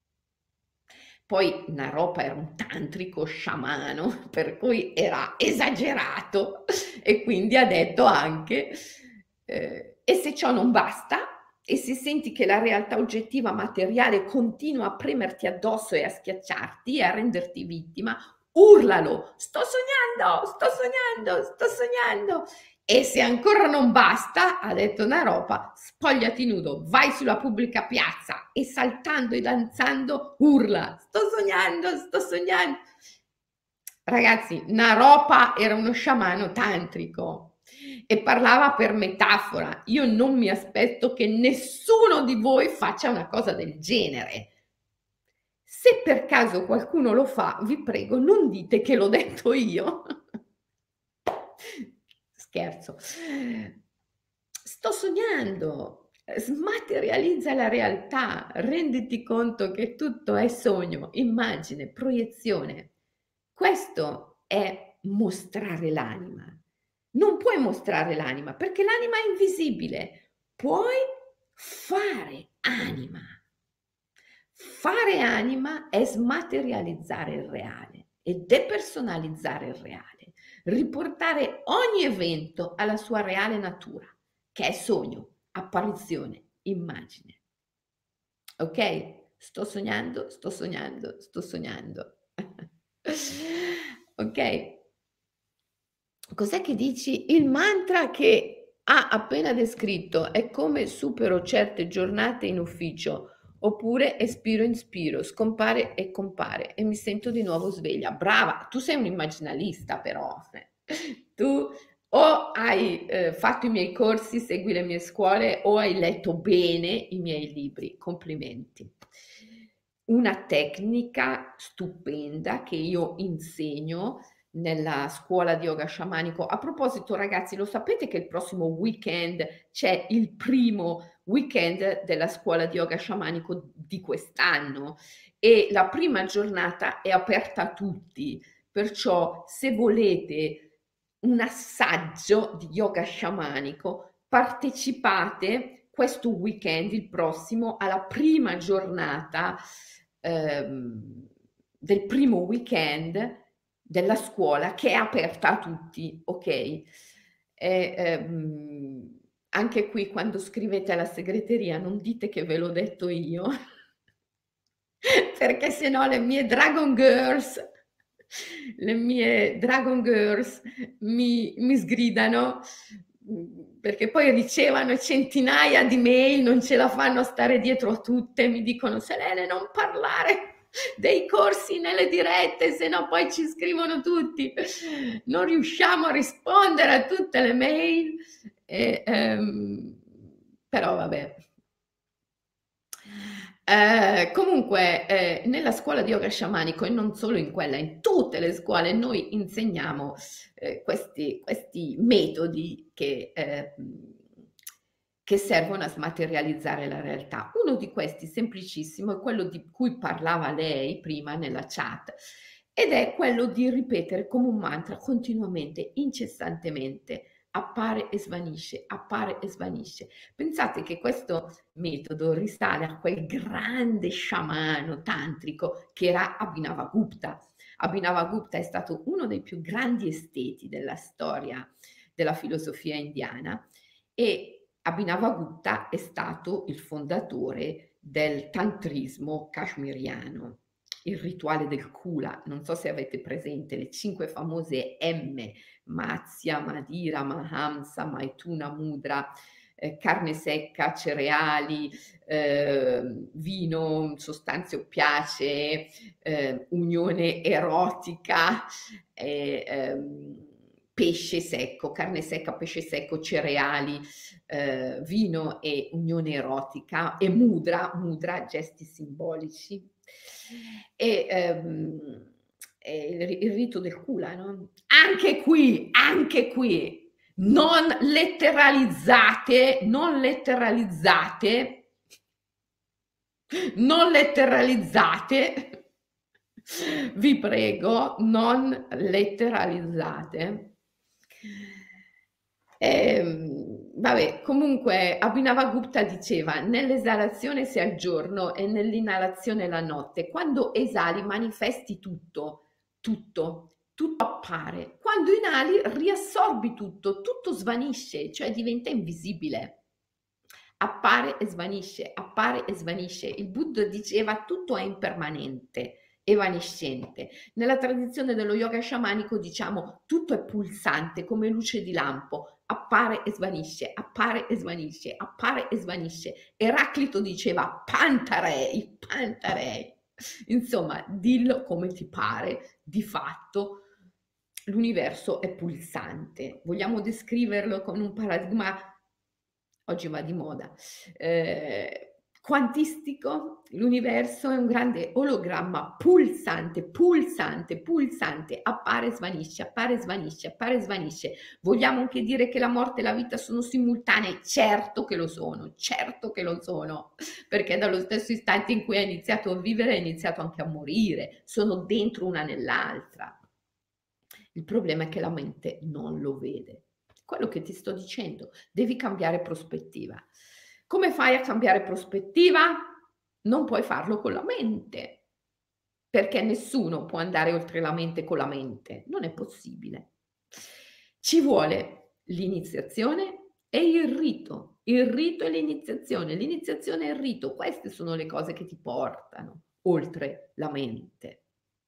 Poi Naropa era un tantrico sciamano, per cui era esagerato e quindi ha detto anche, e se ciò non basta, e se senti che la realtà oggettiva materiale continua a premerti addosso e a schiacciarti e a renderti vittima, urlalo, sto sognando, sto sognando, sto sognando. E se ancora non basta, ha detto Naropa, spogliati nudo, vai sulla pubblica piazza e saltando e danzando urla, sto sognando, sto sognando. Ragazzi, Naropa era uno sciamano tantrico e parlava per metafora. Io non mi aspetto che nessuno di voi faccia una cosa del genere. Se per caso qualcuno lo fa, vi prego, non dite che l'ho detto io. Scherzo. Sto sognando, smaterializza la realtà, renditi conto che tutto è sogno, immagine, proiezione. Questo è mostrare l'anima. Non puoi mostrare l'anima perché l'anima è invisibile. Puoi fare anima. Fare anima è smaterializzare il reale e depersonalizzare il reale, riportare ogni evento alla sua reale natura, che è sogno, apparizione, immagine. Ok? Sto sognando, sto sognando, sto sognando. Ok? Cos'è che dici? Il mantra che ha appena descritto è come supero certe giornate in ufficio, oppure espiro, inspiro, scompare e compare e mi sento di nuovo sveglia. Brava, tu sei un immaginalista però. Tu o hai fatto i miei corsi, segui le mie scuole, o hai letto bene i miei libri. Complimenti. Una tecnica stupenda che io insegno nella scuola di yoga sciamanico. A proposito, ragazzi, lo sapete che il prossimo weekend c'è il primo weekend della scuola di yoga sciamanico di quest'anno e la prima giornata è aperta a tutti, perciò se volete un assaggio di yoga sciamanico, partecipate questo weekend, il prossimo, alla prima giornata del primo weekend della scuola che è aperta a tutti, ok? E, anche qui quando scrivete alla segreteria non dite che ve l'ho detto io, perché se no le mie Dragon Girls mi sgridano, perché poi ricevono centinaia di mail, non ce la fanno a stare dietro a tutte, mi dicono: Selene, non parlare dei corsi nelle dirette, se no poi ci scrivono tutti. Non riusciamo a rispondere a tutte le mail, e, però vabbè. Comunque, nella scuola di yoga sciamanico e non solo in quella, in tutte le scuole noi insegniamo questi metodi che servono a smaterializzare la realtà. Uno di questi, semplicissimo, è quello di cui parlava lei prima nella chat, ed è quello di ripetere come un mantra continuamente, incessantemente, appare e svanisce, appare e svanisce. Pensate che questo metodo risale a quel grande sciamano tantrico che era Abhinavagupta. Abhinavagupta è stato uno dei più grandi esteti della storia della filosofia indiana e Abhinavagupta è stato il fondatore del tantrismo kashmiriano. il rituale del Kula, non so se avete presente le 5 famose M: Matsya, Madira, Mahamsa, Maituna, Mudra, carne secca, cereali, vino, sostanze oppiacee, unione erotica e, pesce secco, carne secca, pesce secco, cereali, vino e unione erotica e mudra, gesti simbolici. E, il rito del Kula, no, anche qui, non letteralizzate, vi prego, non letteralizzate. Vabbè, comunque Abhinavagupta diceva: "Nell'esalazione sei al giorno e nell'inalazione la notte. Quando esali manifesti tutto appare. Quando inali riassorbi tutto svanisce, cioè diventa invisibile. Appare e svanisce, appare e svanisce." Il Buddha diceva: "Tutto è impermanente, evanescente." Nella tradizione dello yoga sciamanico diciamo: "Tutto è pulsante come luce di lampo, appare e svanisce, appare e svanisce, appare e svanisce." Eraclito diceva: "Pantarei, pantarei." Insomma, dillo come ti pare, di fatto l'universo è pulsante. Vogliamo descriverlo con un paradigma, oggi va di moda, quantistico? L'universo è un grande ologramma pulsante, pulsante, pulsante, appare, svanisce, appare, svanisce, appare, svanisce. Vogliamo anche dire che la morte e la vita sono simultanee? Certo che lo sono, certo che lo sono, perché dallo stesso istante in cui hai iniziato a vivere, hai iniziato anche a morire, sono dentro una nell'altra. Il problema è che la mente non lo vede. Quello che ti sto dicendo, devi cambiare prospettiva. Come fai a cambiare prospettiva? Non puoi farlo con la mente, perché nessuno può andare oltre la mente con la mente, non è possibile. Ci vuole l'iniziazione e il rito e l'iniziazione e il rito, queste sono le cose che ti portano oltre la mente.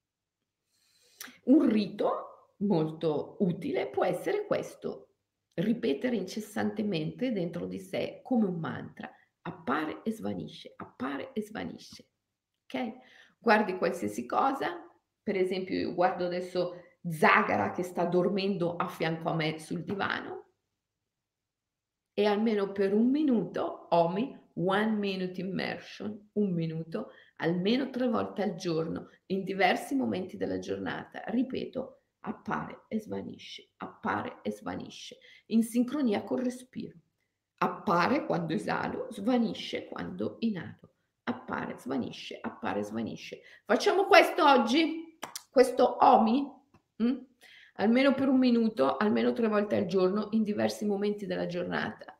Un rito molto utile può essere questo: ripetere incessantemente dentro di sé come un mantra: appare e svanisce, appare e svanisce. Okay? Guardi qualsiasi cosa, per esempio io guardo adesso Zagara che sta dormendo a fianco a me sul divano e almeno per 1 minuto, OMI, 1 minute immersion, 1 minuto, almeno 3 volte al giorno, in diversi momenti della giornata. Ripeto, appare e svanisce, in sincronia col respiro. Appare quando esalo, svanisce quando inalo. Appare, svanisce, appare, svanisce. Facciamo questo oggi? Questo OMI? Mh? Almeno per 1 minuto, almeno 3 volte al giorno, in diversi momenti della giornata.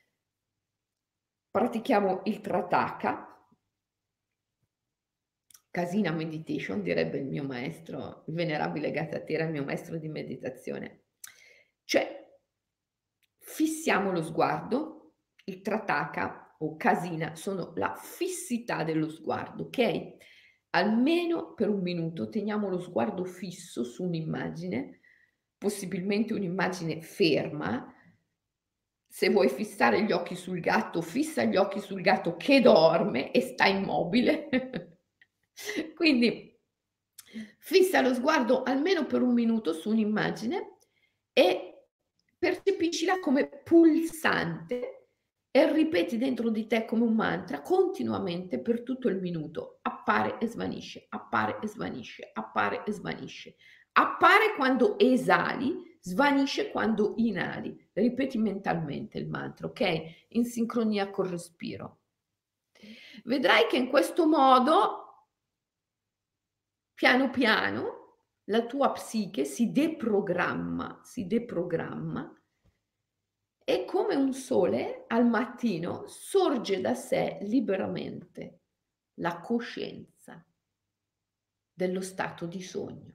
Pratichiamo il Trataka, Kasina Meditation, direbbe il mio maestro, il venerabile Gatatera, il mio maestro di meditazione. Cioè, fissiamo lo sguardo, il Trataka o Kasina sono la fissità dello sguardo, ok? Almeno per 1 minuto teniamo lo sguardo fisso su un'immagine, possibilmente un'immagine ferma. Se vuoi fissare gli occhi sul gatto, fissa gli occhi sul gatto che dorme e sta immobile. Quindi fissa lo sguardo almeno per 1 minuto su un'immagine e percepiscila come pulsante e ripeti dentro di te come un mantra continuamente per tutto il minuto: appare e svanisce, appare e svanisce, appare e svanisce. Appare quando esali, svanisce quando inali. Ripeti mentalmente il mantra, ok? In sincronia col respiro. Vedrai che in questo modo, piano piano, la tua psiche si deprogramma e come un sole al mattino sorge da sé liberamente la coscienza dello stato di sogno.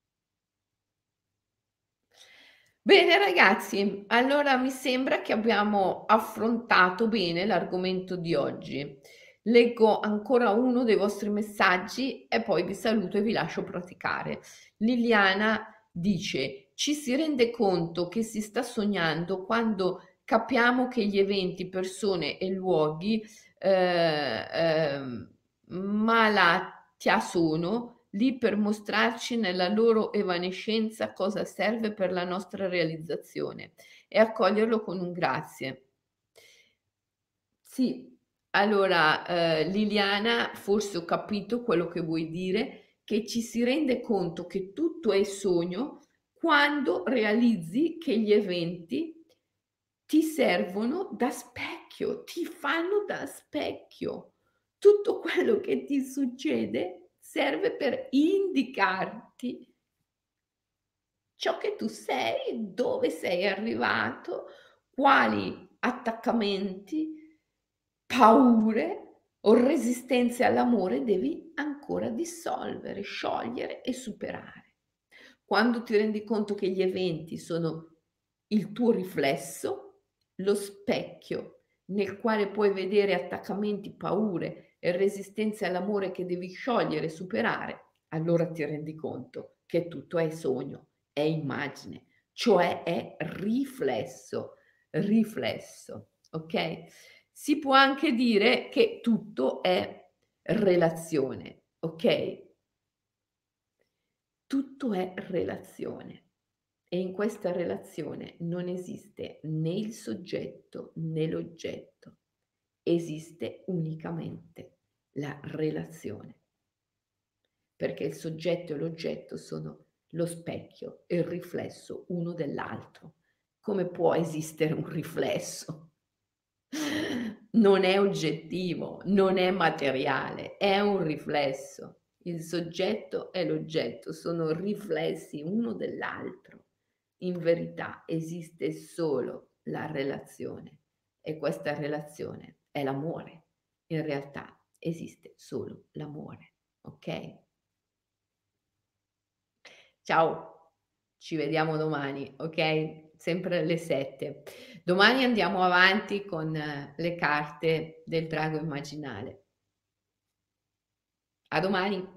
Bene ragazzi, allora mi sembra che abbiamo affrontato bene l'argomento di oggi. Leggo ancora uno dei vostri messaggi e poi vi saluto e vi lascio praticare. Liliana dice: "Ci si rende conto che si sta sognando quando capiamo che gli eventi, persone e luoghi, ehm, ehm, malatia sono lì per mostrarci nella loro evanescenza cosa serve per la nostra realizzazione e accoglierlo con un grazie." Sì, allora, Liliana, forse ho capito quello che vuoi dire, che ci si rende conto che tutto è sogno quando realizzi che gli eventi ti servono da specchio, ti fanno da specchio. Tutto quello che ti succede serve per indicarti ciò che tu sei, dove sei arrivato, quali attaccamenti, paure o resistenze all'amore devi ancora dissolvere, sciogliere e superare. Quando ti rendi conto che gli eventi sono il tuo riflesso, lo specchio nel quale puoi vedere attaccamenti, paure e resistenze all'amore che devi sciogliere e superare, allora ti rendi conto che tutto è sogno, è immagine, cioè è riflesso, riflesso, okay? Si può anche dire che tutto è relazione, okay? Tutto è relazione e in questa relazione non esiste né il soggetto né l'oggetto, esiste unicamente la relazione, perché il soggetto e l'oggetto sono lo specchio e il riflesso uno dell'altro. Come può esistere un riflesso? Non è oggettivo, non è materiale, è un riflesso. Il soggetto e l'oggetto sono riflessi uno dell'altro. In verità esiste solo la relazione e questa relazione è l'amore. In realtà esiste solo l'amore, okay? Ciao, ci vediamo domani, okay? Sempre alle 7. Domani andiamo avanti con le carte del drago immaginale. A domani.